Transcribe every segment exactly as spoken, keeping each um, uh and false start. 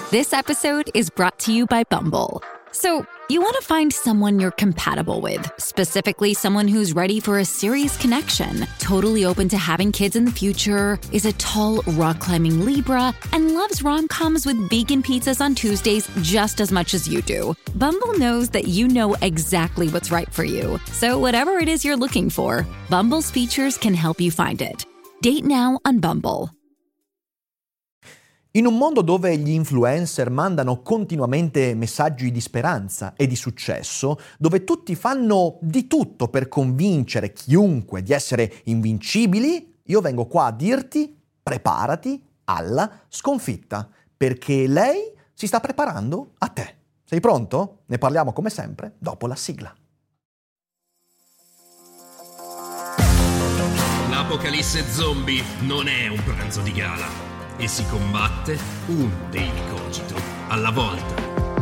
This episode is brought to you by Bumble. So, you want to find someone you're compatible with, specifically someone who's ready for a serious connection, totally open to having kids in the future, is a tall, rock-climbing Libra, and loves rom-coms with vegan pizzas on Tuesdays just as much as you do. Bumble knows that you know exactly what's right for you. So whatever it is you're looking for, Bumble's features can help you find it. Date now on Bumble. In un mondo dove gli influencer mandano continuamente messaggi di speranza e di successo, dove tutti fanno di tutto per convincere chiunque di essere invincibili, io vengo qua a dirti: preparati alla sconfitta, perché lei si sta preparando a te. Sei pronto? Ne parliamo come sempre dopo la sigla. L'apocalisse zombie non è un pranzo di gala. E si combatte un daily cogito alla volta.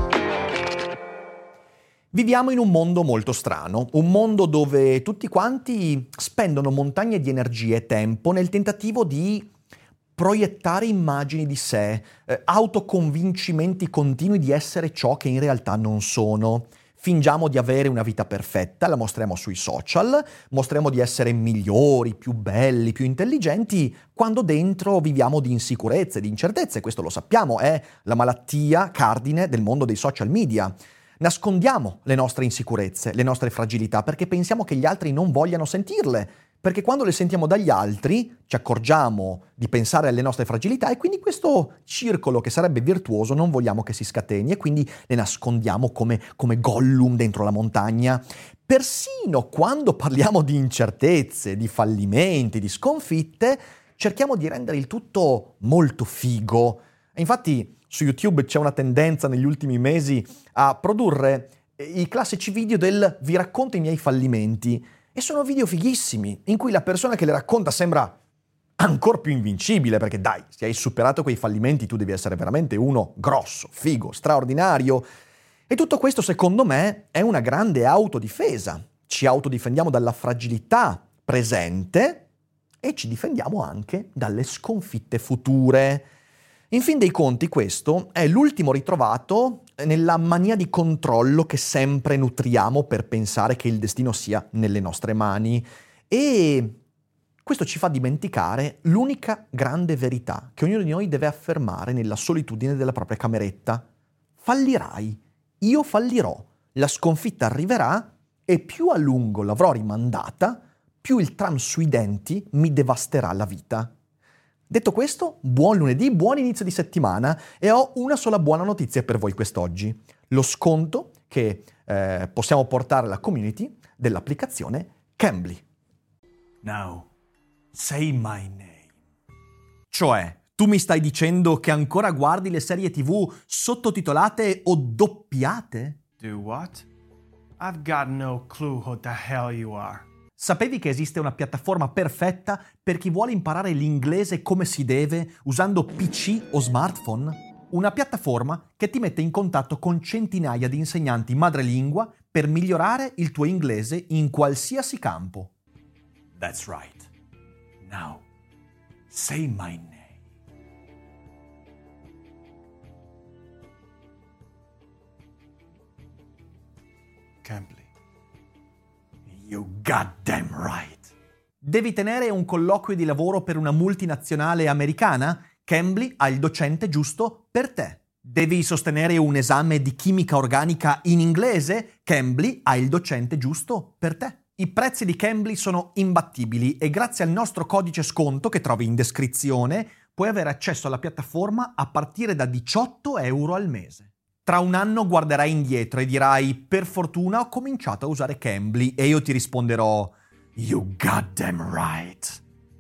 Viviamo in un mondo molto strano, un mondo dove tutti quanti spendono montagne di energia e tempo nel tentativo di proiettare immagini di sé, eh, autoconvincimenti continui di essere ciò che in realtà non sono. Fingiamo di avere una vita perfetta, la mostriamo sui social, mostriamo di essere migliori, più belli, più intelligenti, quando dentro viviamo di insicurezze, di incertezze. Questo lo sappiamo, è la malattia cardine del mondo dei social media. Nascondiamo le nostre insicurezze, le nostre fragilità, perché pensiamo che gli altri non vogliano sentirle. Perché quando le sentiamo dagli altri ci accorgiamo di pensare alle nostre fragilità e quindi questo circolo che sarebbe virtuoso non vogliamo che si scateni e quindi le nascondiamo come, come Gollum dentro la montagna. Persino quando parliamo di incertezze, di fallimenti, di sconfitte, cerchiamo di rendere il tutto molto figo. E infatti su YouTube c'è una tendenza negli ultimi mesi a produrre i classici video del "vi racconto i miei fallimenti". E sono video fighissimi, in cui la persona che le racconta sembra ancora più invincibile, perché dai, se hai superato quei fallimenti tu devi essere veramente uno grosso, figo, straordinario. E tutto questo, secondo me, è una grande autodifesa. Ci autodifendiamo dalla fragilità presente e ci difendiamo anche dalle sconfitte future. In fin dei conti, questo è l'ultimo ritrovato nella mania di controllo che sempre nutriamo per pensare che il destino sia nelle nostre mani. E questo ci fa dimenticare l'unica grande verità che ognuno di noi deve affermare nella solitudine della propria cameretta. Fallirai, io fallirò, la sconfitta arriverà e più a lungo l'avrò rimandata, più il tram sui denti mi devasterà la vita. Detto questo, buon lunedì, buon inizio di settimana e ho una sola buona notizia per voi quest'oggi. Lo sconto che eh, possiamo portare alla community dell'applicazione Cambly. Now, say my name. Cioè, tu mi stai dicendo che ancora guardi le serie tivù sottotitolate o doppiate? Do what? I've got no clue who the hell you are. Sapevi che esiste una piattaforma perfetta per chi vuole imparare l'inglese come si deve usando P C o smartphone? Una piattaforma che ti mette in contatto con centinaia di insegnanti madrelingua per migliorare il tuo inglese in qualsiasi campo. That's right. Now, say my name. Cambly. You goddamn right. Devi tenere un colloquio di lavoro per una multinazionale americana? Cambly ha il docente giusto per te. Devi sostenere un esame di chimica organica in inglese? Cambly ha il docente giusto per te. I prezzi di Cambly sono imbattibili e grazie al nostro codice sconto che trovi in descrizione puoi avere accesso alla piattaforma a partire da diciotto euro al mese. Tra un anno guarderai indietro e dirai: per fortuna ho cominciato a usare Cambly, e io ti risponderò: you goddamn right.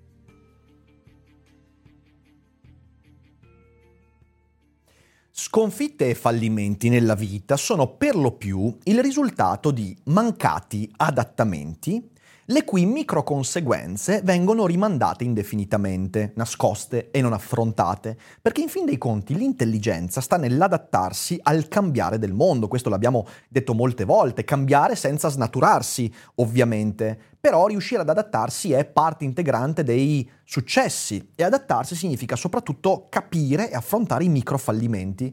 Sconfitte e fallimenti nella vita sono per lo più il risultato di mancati adattamenti, le cui microconseguenze vengono rimandate indefinitamente, nascoste e non affrontate, perché in fin dei conti l'intelligenza sta nell'adattarsi al cambiare del mondo. Questo l'abbiamo detto molte volte, cambiare senza snaturarsi, ovviamente, però riuscire ad adattarsi è parte integrante dei successi, e adattarsi significa soprattutto capire e affrontare i microfallimenti.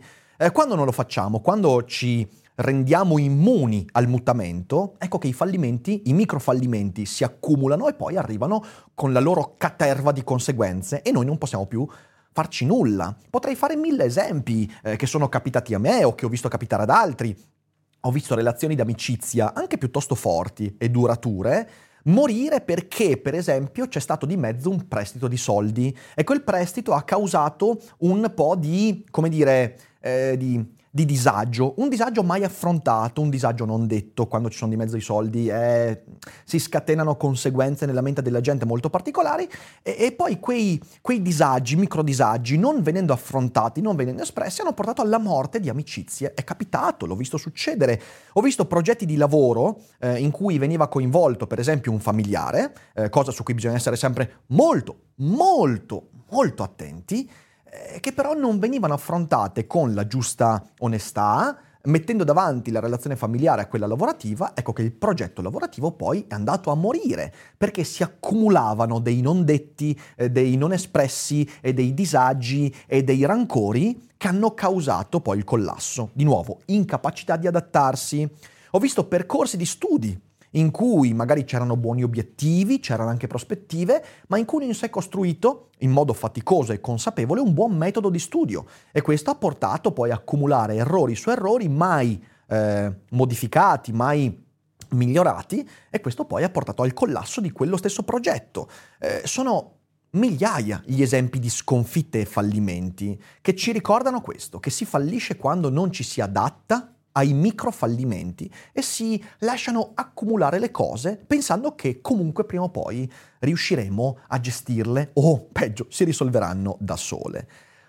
Eh, quando non lo facciamo, quando ci rendiamo immuni al mutamento, ecco che i fallimenti, i microfallimenti si accumulano e poi arrivano con la loro caterva di conseguenze e noi non possiamo più farci nulla. Potrei fare mille esempi eh, che sono capitati a me o che ho visto capitare ad altri. Ho visto relazioni di amicizia anche piuttosto forti e durature morire perché, per esempio, c'è stato di mezzo un prestito di soldi e quel prestito ha causato un po' di, come dire, eh, di... di disagio, un disagio mai affrontato, un disagio non detto. Quando ci sono di mezzo i soldi eh, si scatenano conseguenze nella mente della gente molto particolari e, e poi quei, quei disagi, microdisagi, non venendo affrontati, non venendo espressi, hanno portato alla morte di amicizie. È capitato, l'ho visto succedere. Ho visto progetti di lavoro eh, in cui veniva coinvolto, per esempio, un familiare, eh, cosa su cui bisogna essere sempre molto, molto, molto attenti, che però non venivano affrontate con la giusta onestà, mettendo davanti la relazione familiare a quella lavorativa. Ecco che il progetto lavorativo poi è andato a morire, perché si accumulavano dei non detti, eh, dei non espressi e dei disagi e dei rancori che hanno causato poi il collasso. Di nuovo, incapacità di adattarsi. Ho visto percorsi di studi in cui magari c'erano buoni obiettivi, c'erano anche prospettive, ma in cui non si è costruito in modo faticoso e consapevole un buon metodo di studio. E questo ha portato poi a accumulare errori su errori mai eh, modificati, mai migliorati, e questo poi ha portato al collasso di quello stesso progetto. Eh, sono migliaia gli esempi di sconfitte e fallimenti che ci ricordano questo, che si fallisce quando non ci si adatta ai microfallimenti e si lasciano accumulare le cose pensando che comunque prima o poi riusciremo a gestirle o, peggio, si risolveranno da sole.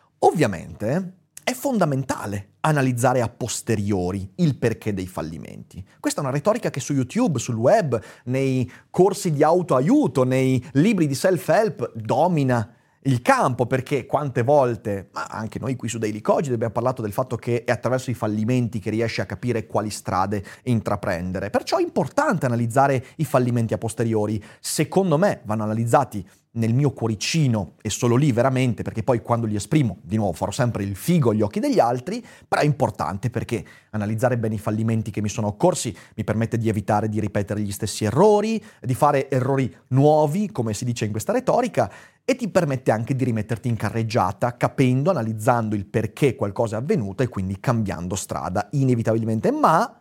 Ovviamente è fondamentale analizzare a posteriori il perché dei fallimenti. Questa è una retorica che su YouTube, sul web, nei corsi di autoaiuto, nei libri di self-help domina il campo, perché quante volte, ma anche noi qui su Daily Cogito abbiamo parlato del fatto che è attraverso i fallimenti che riesci a capire quali strade intraprendere. Perciò è importante analizzare i fallimenti a posteriori. Secondo me vanno analizzati nel mio cuoricino e solo lì veramente, perché poi quando li esprimo, di nuovo, farò sempre il figo agli occhi degli altri, però è importante perché analizzare bene i fallimenti che mi sono occorsi mi permette di evitare di ripetere gli stessi errori, di fare errori nuovi, come si dice in questa retorica, e ti permette anche di rimetterti in carreggiata, capendo, analizzando il perché qualcosa è avvenuto e quindi cambiando strada inevitabilmente. Ma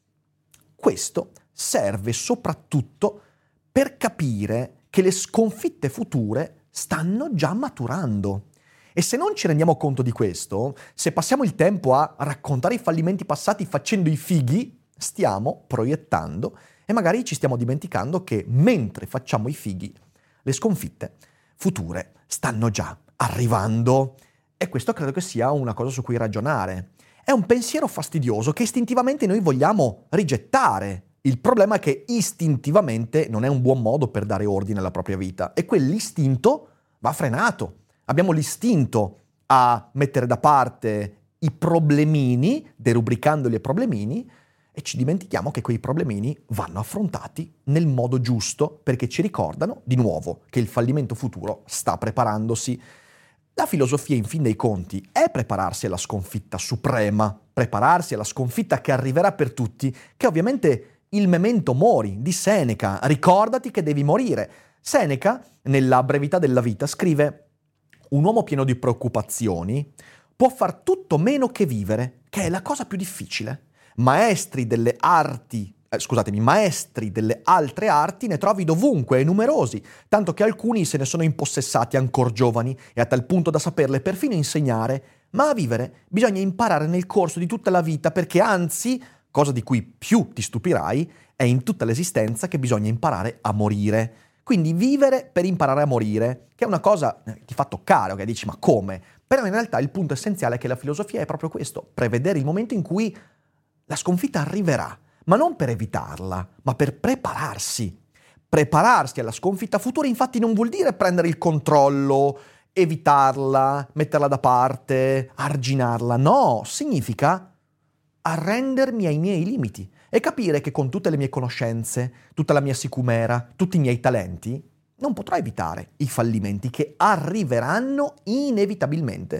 questo serve soprattutto per capire che le sconfitte future stanno già maturando. E se non ci rendiamo conto di questo, se passiamo il tempo a raccontare i fallimenti passati facendo i fighi, stiamo proiettando e magari ci stiamo dimenticando che mentre facciamo i fighi, le sconfitte future stanno già arrivando. E questo credo che sia una cosa su cui ragionare. È un pensiero fastidioso che istintivamente noi vogliamo rigettare. Il problema è che istintivamente non è un buon modo per dare ordine alla propria vita e quell'istinto va frenato. Abbiamo l'istinto a mettere da parte i problemini, derubricandoli a problemini, e ci dimentichiamo che quei problemini vanno affrontati nel modo giusto perché ci ricordano di nuovo che il fallimento futuro sta preparandosi. La filosofia, in fin dei conti, è prepararsi alla sconfitta suprema, prepararsi alla sconfitta che arriverà per tutti, che ovviamente il memento mori di Seneca, ricordati che devi morire. Seneca, nella brevità della vita, scrive: un uomo pieno di preoccupazioni può far tutto meno che vivere, che è la cosa più difficile. Maestri delle arti, eh, scusatemi, maestri delle altre arti ne trovi dovunque e numerosi, tanto che alcuni se ne sono impossessati ancor giovani e a tal punto da saperle perfino insegnare, ma a vivere bisogna imparare nel corso di tutta la vita, perché anzi, cosa di cui più ti stupirai, è in tutta l'esistenza che bisogna imparare a morire. Quindi vivere per imparare a morire, che è una cosa che ti fa toccare, che dici ma come? Però in realtà il punto essenziale è che la filosofia è proprio questo, prevedere il momento in cui la sconfitta arriverà, ma non per evitarla, ma per prepararsi. Prepararsi alla sconfitta futura infatti non vuol dire prendere il controllo, evitarla, metterla da parte, arginarla. No, significa arrendermi ai miei limiti e capire che con tutte le mie conoscenze, tutta la mia sicumera, tutti i miei talenti, non potrò evitare i fallimenti che arriveranno inevitabilmente.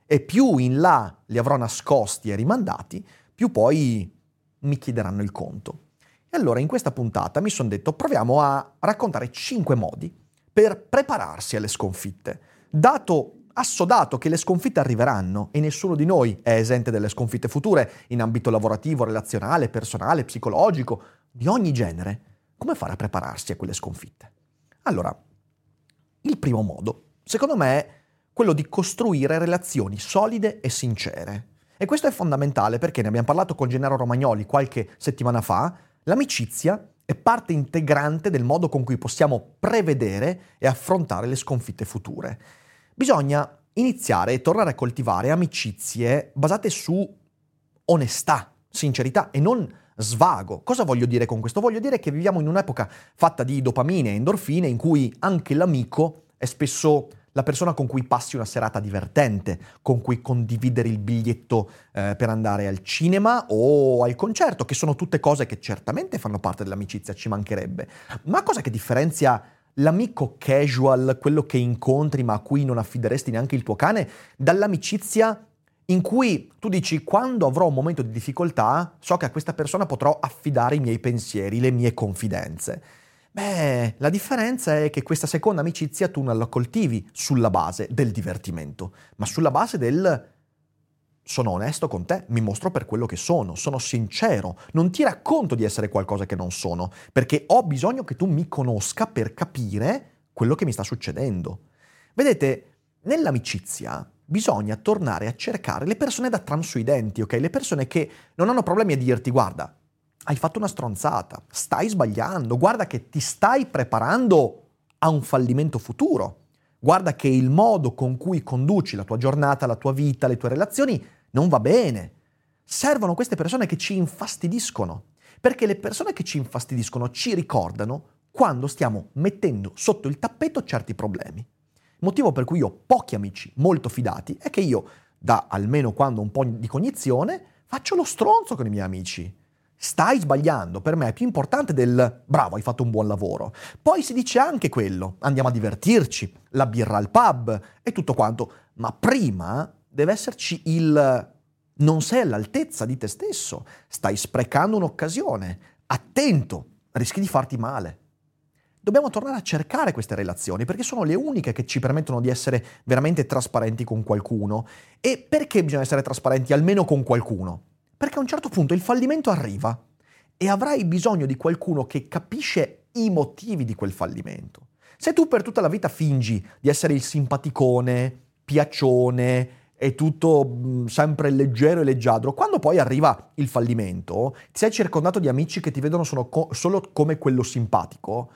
e più in là li avrò nascosti e rimandati, più poi mi chiederanno il conto. E allora in questa puntata mi sono detto proviamo a raccontare cinque modi per prepararsi alle sconfitte. Dato assodato che le sconfitte arriveranno e nessuno di noi è esente dalle sconfitte future in ambito lavorativo, relazionale, personale, psicologico, di ogni genere, come fare a prepararsi a quelle sconfitte? Allora, il primo modo, secondo me, è quello di costruire relazioni solide e sincere. E questo è fondamentale perché ne abbiamo parlato con Gennaro Romagnoli qualche settimana fa. L'amicizia è parte integrante del modo con cui possiamo prevedere e affrontare le sconfitte future. Bisogna iniziare e tornare a coltivare amicizie basate su onestà, sincerità e non svago. Cosa voglio dire con questo? Voglio dire che viviamo in un'epoca fatta di dopamine e endorfine in cui anche l'amico è spesso la persona con cui passi una serata divertente, con cui condividere il biglietto eh, per andare al cinema o al concerto, che sono tutte cose che certamente fanno parte dell'amicizia, ci mancherebbe. Ma cosa che differenzia l'amico casual, quello che incontri ma a cui non affideresti neanche il tuo cane, dall'amicizia in cui tu dici quando avrò un momento di difficoltà so che a questa persona potrò affidare i miei pensieri, le mie confidenze. Beh, la differenza è che questa seconda amicizia tu non la coltivi sulla base del divertimento, ma sulla base del sono onesto con te, mi mostro per quello che sono, sono sincero, non ti racconto di essere qualcosa che non sono, perché ho bisogno che tu mi conosca per capire quello che mi sta succedendo. Vedete, nell'amicizia bisogna tornare a cercare le persone da transuidenti, ok? Le persone che non hanno problemi a dirti guarda, hai fatto una stronzata, stai sbagliando, guarda che ti stai preparando a un fallimento futuro, guarda che il modo con cui conduci la tua giornata, la tua vita, le tue relazioni non va bene. Servono queste persone che ci infastidiscono, perché le persone che ci infastidiscono ci ricordano quando stiamo mettendo sotto il tappeto certi problemi. Il motivo per cui ho pochi amici molto fidati è che io, da almeno quando ho un po' di cognizione, faccio lo stronzo con i miei amici. Stai sbagliando, per me è più importante del bravo, hai fatto un buon lavoro. Poi si dice anche quello, andiamo a divertirci, la birra al pub e tutto quanto, ma prima deve esserci il non sei all'altezza di te stesso, stai sprecando un'occasione, attento, rischi di farti male. Dobbiamo tornare a cercare queste relazioni perché sono le uniche che ci permettono di essere veramente trasparenti con qualcuno. E perché bisogna essere trasparenti almeno con qualcuno? Perché a un certo punto il fallimento arriva e avrai bisogno di qualcuno che capisce i motivi di quel fallimento. Se tu per tutta la vita fingi di essere il simpaticone, piacione e tutto mh, sempre leggero e leggiadro, quando poi arriva il fallimento, ti sei circondato di amici che ti vedono solo, co- solo come quello simpatico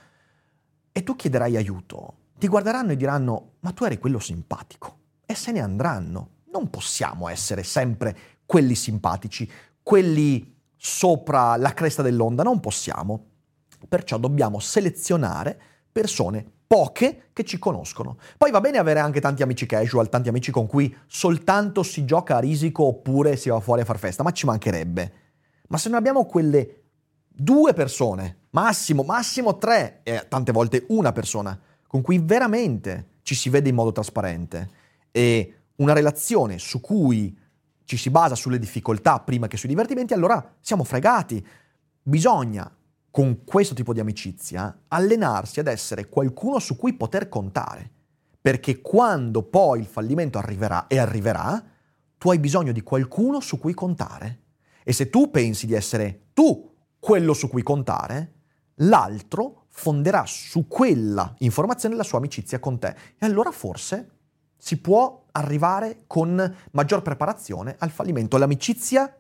e tu chiederai aiuto, ti guarderanno e diranno ma tu eri quello simpatico e se ne andranno. Non possiamo essere sempre quelli simpatici, quelli sopra la cresta dell'onda, non possiamo. Perciò dobbiamo selezionare persone poche che ci conoscono. Poi va bene avere anche tanti amici casual, tanti amici con cui soltanto si gioca a risico oppure si va fuori a far festa, ma ci mancherebbe. Ma se non abbiamo quelle due persone, massimo, massimo tre, e tante volte una persona, con cui veramente ci si vede in modo trasparente e una relazione su cui ci si basa sulle difficoltà prima che sui divertimenti, allora siamo fregati. Bisogna, con questo tipo di amicizia, allenarsi ad essere qualcuno su cui poter contare. Perché quando poi il fallimento arriverà, e arriverà, tu hai bisogno di qualcuno su cui contare. E se tu pensi di essere tu quello su cui contare, l'altro fonderà su quella informazione la sua amicizia con te. E allora forse si può arrivare con maggior preparazione al fallimento. L'amicizia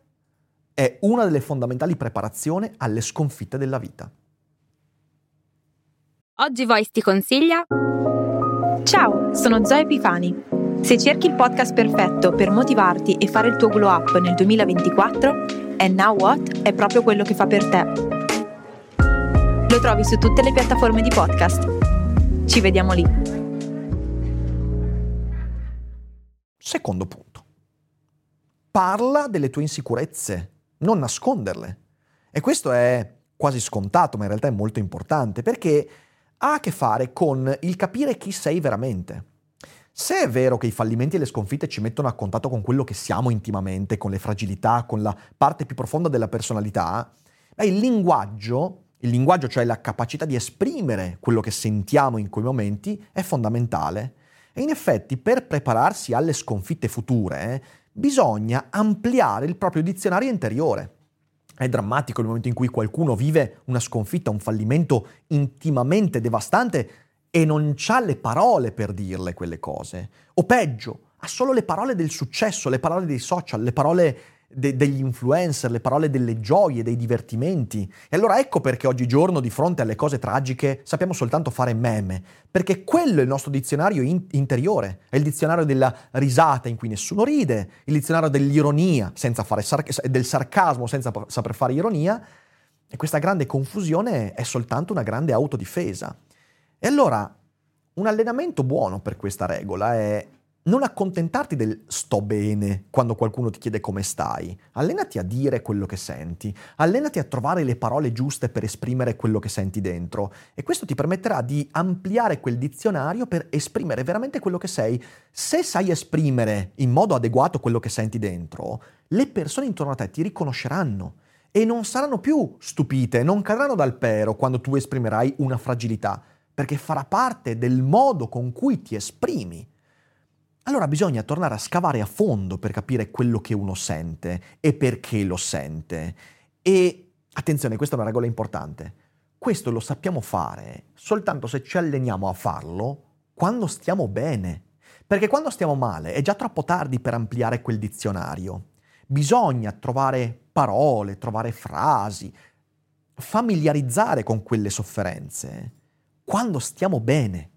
è una delle fondamentali preparazioni alle sconfitte della vita. Oggi Voice ti consiglia... Ciao, sono Zoe Epifani. Se cerchi il podcast perfetto per motivarti e fare il tuo glow up nel duemilaventiquattro, And Now What è proprio quello che fa per te. Lo trovi su tutte le piattaforme di podcast. Ci vediamo lì. Secondo punto. Parla delle tue insicurezze, non nasconderle. E questo è quasi scontato, ma in realtà è molto importante, perché ha a che fare con il capire chi sei veramente. Se è vero che i fallimenti e le sconfitte ci mettono a contatto con quello che siamo intimamente, con le fragilità, con la parte più profonda della personalità, beh, il linguaggio, il linguaggio, cioè la capacità di esprimere quello che sentiamo in quei momenti, è fondamentale. E in effetti, per prepararsi alle sconfitte future, bisogna ampliare il proprio dizionario interiore. È drammatico il momento in cui qualcuno vive una sconfitta, un fallimento intimamente devastante e non c'ha le parole per dirle quelle cose. O peggio, ha solo le parole del successo, le parole dei social, le parole de- degli influencer, le parole delle gioie, dei divertimenti. E allora ecco perché oggigiorno di fronte alle cose tragiche sappiamo soltanto fare meme, perché quello è il nostro dizionario in- interiore, è il dizionario della risata in cui nessuno ride, il dizionario dell'ironia senza fare sar- del sarcasmo senza p- saper fare ironia, e questa grande confusione è soltanto una grande autodifesa. E allora un allenamento buono per questa regola è non accontentarti del sto bene quando qualcuno ti chiede come stai. Allenati a dire quello che senti, allenati a trovare le parole giuste per esprimere quello che senti dentro, e questo ti permetterà di ampliare quel dizionario per esprimere veramente quello che sei. Se sai esprimere in modo adeguato quello che senti dentro, le persone intorno a te ti riconosceranno e non saranno più stupite, non cadranno dal pero quando tu esprimerai una fragilità, perché farà parte del modo con cui ti esprimi. Allora bisogna tornare a scavare a fondo per capire quello che uno sente e perché lo sente. E attenzione, questa è una regola importante. Questo lo sappiamo fare soltanto se ci alleniamo a farlo quando stiamo bene. Perché quando stiamo male è già troppo tardi per ampliare quel dizionario. Bisogna trovare parole, trovare frasi, familiarizzare con quelle sofferenze quando stiamo bene.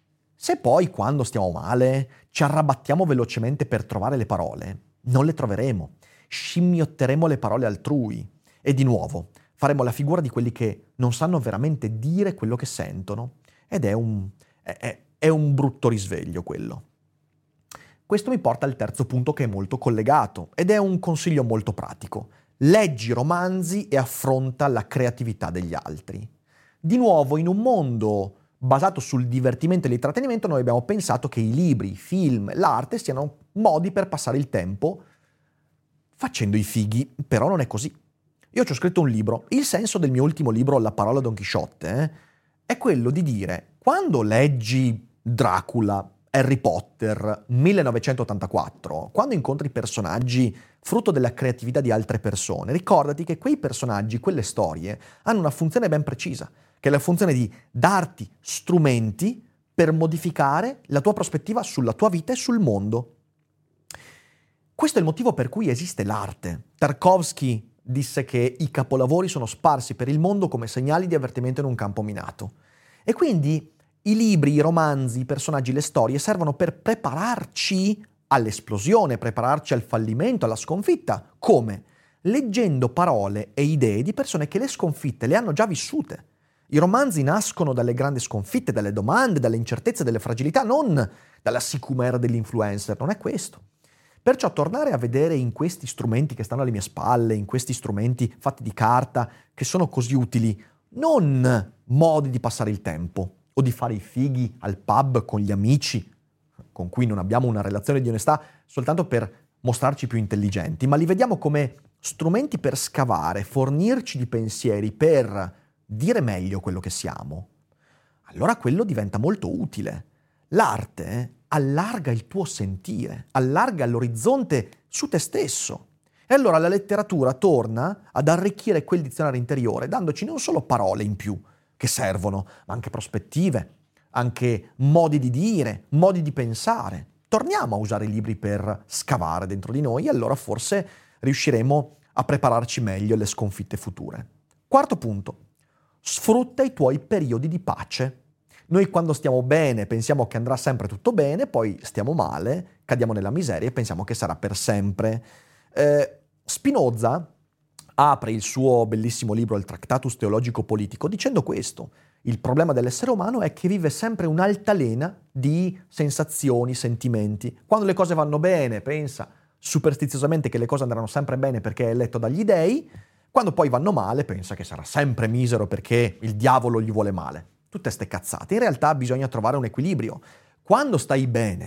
Se poi, quando stiamo male, ci arrabattiamo velocemente per trovare le parole, non le troveremo, scimmiotteremo le parole altrui e di nuovo faremo la figura di quelli che non sanno veramente dire quello che sentono, ed è un, è, è un brutto risveglio quello. Questo mi porta al terzo punto, che è molto collegato ed è un consiglio molto pratico. Leggi romanzi e affronta la creatività degli altri. Di nuovo, in un mondo basato sul divertimento e l'intrattenimento, noi abbiamo pensato che i libri, i film, l'arte siano modi per passare il tempo facendo i fighi, però non è così. Io ci ho scritto un libro, il senso del mio ultimo libro, La parola Don Chisciotte, eh, è quello di dire, quando leggi Dracula, Harry Potter, millenovecentottantaquattro, quando incontri personaggi frutto della creatività di altre persone, ricordati che quei personaggi, quelle storie, hanno una funzione ben precisa, che è la funzione di darti strumenti per modificare la tua prospettiva sulla tua vita e sul mondo. Questo è il motivo per cui esiste l'arte. Tarkovsky disse che i capolavori sono sparsi per il mondo come segnali di avvertimento in un campo minato. E quindi i libri, i romanzi, i personaggi, le storie servono per prepararci all'esplosione, prepararci al fallimento, alla sconfitta. Come? Leggendo parole e idee di persone che le sconfitte le hanno già vissute. I romanzi nascono dalle grandi sconfitte, dalle domande, dalle incertezze, dalle fragilità, non dalla sicumera dell'influencer, non è questo. Perciò tornare a vedere in questi strumenti che stanno alle mie spalle, in questi strumenti fatti di carta, che sono così utili, non modi di passare il tempo o di fare i fighi al pub con gli amici, con cui non abbiamo una relazione di onestà, soltanto per mostrarci più intelligenti, ma li vediamo come strumenti per scavare, fornirci di pensieri, per dire meglio quello che siamo. Allora quello diventa molto utile. L'arte allarga il tuo sentire, allarga l'orizzonte su te stesso. E allora la letteratura torna ad arricchire quel dizionario interiore, dandoci non solo parole in più che servono, ma anche prospettive, anche modi di dire, modi di pensare. Torniamo a usare i libri per scavare dentro di noi e allora forse riusciremo a prepararci meglio alle sconfitte future. Quarto punto. Sfrutta i tuoi periodi di pace. Noi quando stiamo bene pensiamo che andrà sempre tutto bene, poi stiamo male, cadiamo nella miseria e pensiamo che sarà per sempre. Eh, Spinoza apre il suo bellissimo libro, il Tractatus Teologico Politico, dicendo questo. Il problema dell'essere umano è che vive sempre un'altalena di sensazioni, sentimenti. Quando le cose vanno bene pensa superstiziosamente che le cose andranno sempre bene perché è eletto dagli dei, quando poi vanno male pensa che sarà sempre misero perché il diavolo gli vuole male. Tutte ste cazzate. In realtà bisogna trovare un equilibrio. Quando stai bene,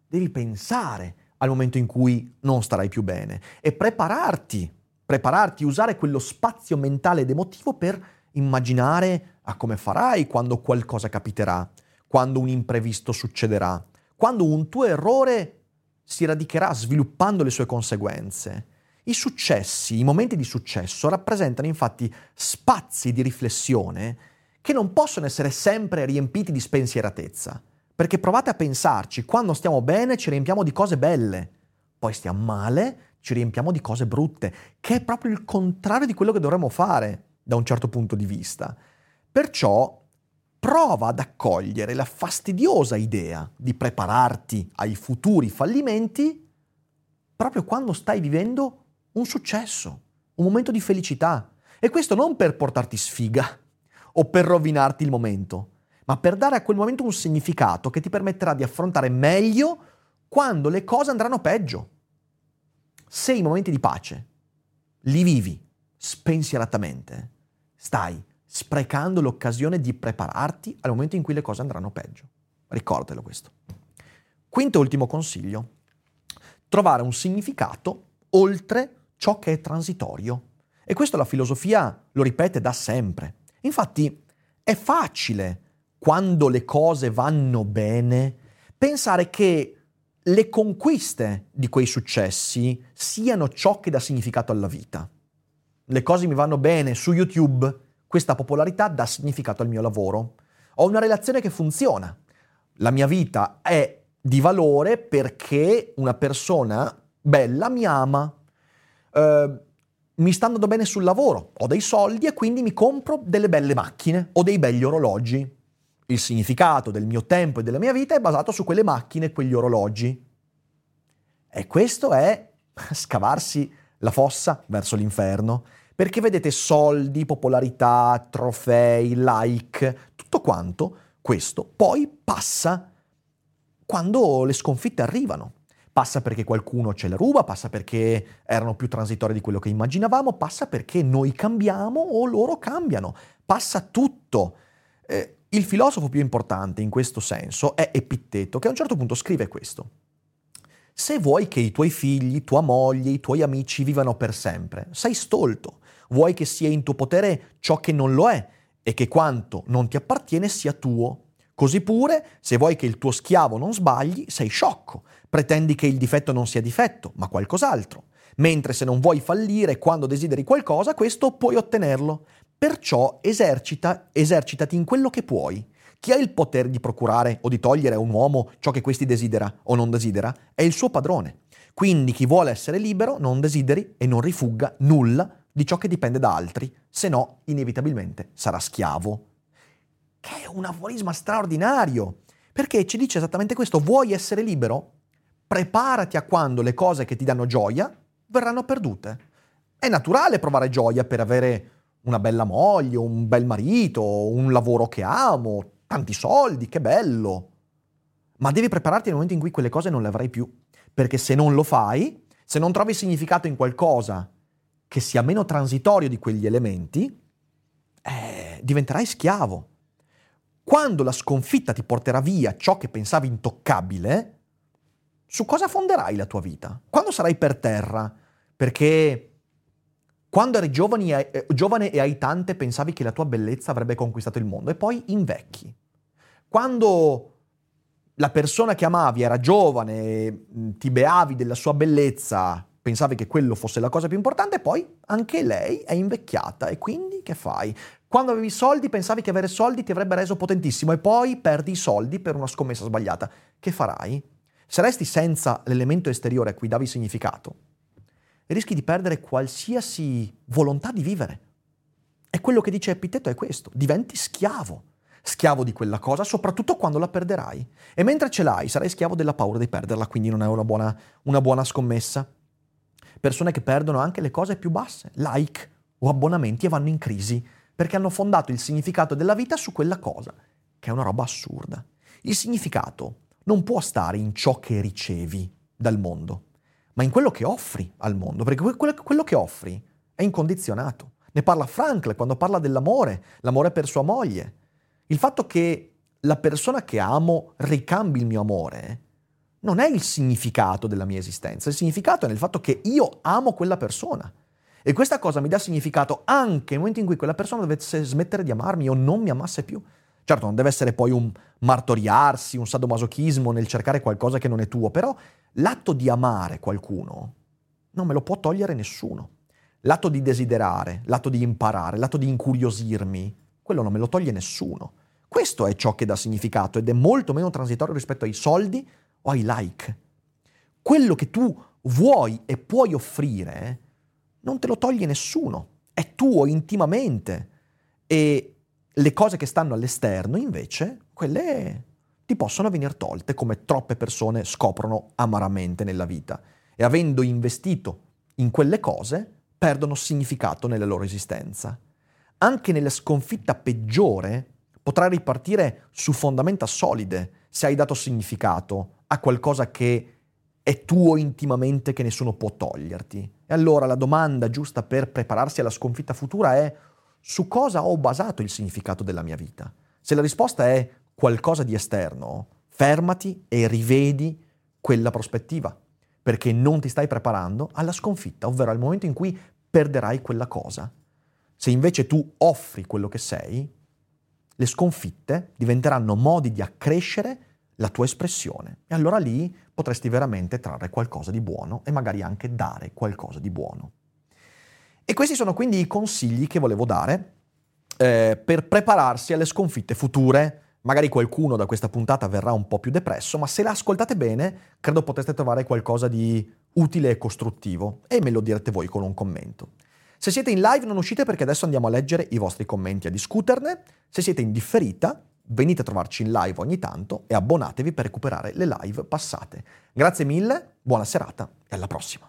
devi pensare al momento in cui non starai più bene e prepararti, prepararti, usare quello spazio mentale ed emotivo per immaginare a come farai quando qualcosa capiterà, quando un imprevisto succederà, quando un tuo errore si radicherà sviluppando le sue conseguenze. I successi, i momenti di successo rappresentano infatti spazi di riflessione che non possono essere sempre riempiti di spensieratezza, perché provate a pensarci, quando stiamo bene ci riempiamo di cose belle, poi stiamo male, ci riempiamo di cose brutte, che è proprio il contrario di quello che dovremmo fare da un certo punto di vista. Perciò prova ad accogliere la fastidiosa idea di prepararti ai futuri fallimenti proprio quando stai vivendo un successo, un momento di felicità. E questo non per portarti sfiga o per rovinarti il momento, ma per dare a quel momento un significato che ti permetterà di affrontare meglio quando le cose andranno peggio. Se i momenti di pace li vivi spensieratamente, stai sprecando l'occasione di prepararti al momento in cui le cose andranno peggio. Ricordatelo questo. Quinto e ultimo consiglio: trovare un significato oltre ciò che è transitorio. E questo la filosofia lo ripete da sempre. Infatti è facile, quando le cose vanno bene, pensare che le conquiste di quei successi siano ciò che dà significato alla vita. Le cose mi vanno bene su YouTube, questa popolarità dà significato al mio lavoro. Ho una relazione che funziona. La mia vita è di valore perché una persona bella mi ama. Uh, mi sta andando bene sul lavoro, ho dei soldi e quindi mi compro delle belle macchine o dei begli orologi. Il significato del mio tempo e della mia vita è basato su quelle macchine e quegli orologi. E questo è scavarsi la fossa verso l'inferno, perché vedete soldi, popolarità, trofei, like, tutto quanto questo poi passa quando le sconfitte arrivano. Passa perché qualcuno ce le ruba, passa perché erano più transitori di quello che immaginavamo, passa perché noi cambiamo o loro cambiano. Passa tutto. Eh, il filosofo più importante in questo senso è Epitteto, che a un certo punto scrive questo. Se vuoi che i tuoi figli, tua moglie, i tuoi amici vivano per sempre, sei stolto. Vuoi che sia in tuo potere ciò che non lo è e che quanto non ti appartiene sia tuo. Così pure, se vuoi che il tuo schiavo non sbagli, sei sciocco. Pretendi che il difetto non sia difetto, ma qualcos'altro. Mentre se non vuoi fallire quando desideri qualcosa, questo puoi ottenerlo. Perciò esercita, esercitati in quello che puoi. Chi ha il potere di procurare o di togliere a un uomo ciò che questi desidera o non desidera è il suo padrone. Quindi chi vuole essere libero non desideri e non rifugga nulla di ciò che dipende da altri, se no inevitabilmente sarà schiavo. Che è un aforisma straordinario, perché ci dice esattamente questo: vuoi essere libero? Preparati a quando le cose che ti danno gioia verranno perdute. È naturale provare gioia per avere una bella moglie, un bel marito, un lavoro che amo, tanti soldi, che bello. Ma devi prepararti nel momento in cui quelle cose non le avrai più, perché se non lo fai, se non trovi significato in qualcosa che sia meno transitorio di quegli elementi, eh, diventerai schiavo. Quando la sconfitta ti porterà via ciò che pensavi intoccabile, su cosa fonderai la tua vita? Quando sarai per terra? Perché quando eri giovane, eh, giovane e hai tante pensavi che la tua bellezza avrebbe conquistato il mondo e poi invecchi. Quando la persona che amavi era giovane e ti beavi della sua bellezza, pensavi che quello fosse la cosa più importante, poi anche lei è invecchiata e quindi che fai? Quando avevi soldi pensavi che avere soldi ti avrebbe reso potentissimo e poi perdi i soldi per una scommessa sbagliata. Che farai? Se resti senza l'elemento esteriore a cui davi significato, rischi di perdere qualsiasi volontà di vivere. E quello che dice Epitteto è questo: diventi schiavo. Schiavo di quella cosa, soprattutto quando la perderai. E mentre ce l'hai, sarai schiavo della paura di perderla, quindi non è una buona, una buona scommessa. Persone che perdono anche le cose più basse, like o abbonamenti, e vanno in crisi, perché hanno fondato il significato della vita su quella cosa, che è una roba assurda. Il significato non può stare in ciò che ricevi dal mondo, ma in quello che offri al mondo, perché quello che offri è incondizionato. Ne parla Frankl quando parla dell'amore, l'amore per sua moglie. Il fatto che la persona che amo ricambi il mio amore non è il significato della mia esistenza, il significato è nel fatto che io amo quella persona. E questa cosa mi dà significato anche nel momento in cui quella persona dovesse smettere di amarmi o non mi amasse più. Certo, non deve essere poi un martoriarsi, un sadomasochismo nel cercare qualcosa che non è tuo, però l'atto di amare qualcuno non me lo può togliere nessuno. L'atto di desiderare, l'atto di imparare, l'atto di incuriosirmi, quello non me lo toglie nessuno. Questo è ciò che dà significato ed è molto meno transitorio rispetto ai soldi o ai like. Quello che tu vuoi e puoi offrire non te lo toglie nessuno, è tuo intimamente. E le cose che stanno all'esterno, invece, quelle ti possono venire tolte, come troppe persone scoprono amaramente nella vita. E avendo investito in quelle cose, perdono significato nella loro esistenza. Anche nella sconfitta peggiore potrai ripartire su fondamenta solide se hai dato significato a qualcosa che è tuo intimamente, che nessuno può toglierti. E allora la domanda giusta per prepararsi alla sconfitta futura è: su cosa ho basato il significato della mia vita? Se la risposta è qualcosa di esterno, fermati e rivedi quella prospettiva, perché non ti stai preparando alla sconfitta, ovvero al momento in cui perderai quella cosa. Se invece tu offri quello che sei, le sconfitte diventeranno modi di accrescere la tua espressione. E allora lì potresti veramente trarre qualcosa di buono e magari anche dare qualcosa di buono. E questi sono quindi i consigli che volevo dare eh, per prepararsi alle sconfitte future. Magari qualcuno da questa puntata verrà un po' più depresso, ma se la ascoltate bene, credo potreste trovare qualcosa di utile e costruttivo, e me lo direte voi con un commento. Se siete in live non uscite, perché adesso andiamo a leggere i vostri commenti e a discuterne. Se siete in differita, venite a trovarci in live ogni tanto e abbonatevi per recuperare le live passate. Grazie mille, buona serata e alla prossima.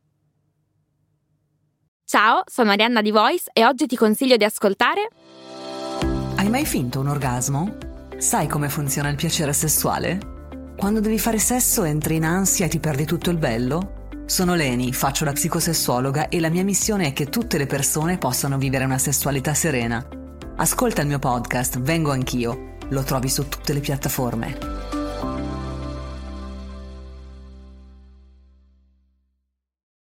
Ciao, sono Arianna di Voice e oggi ti consiglio di ascoltare... Hai mai finto un orgasmo? Sai come funziona il piacere sessuale? Quando devi fare sesso entri in ansia e ti perdi tutto il bello? Sono Leni, faccio la psicosessuologa e la mia missione è che tutte le persone possano vivere una sessualità serena. Ascolta il mio podcast Vengo Anch'io, lo trovi su tutte le piattaforme.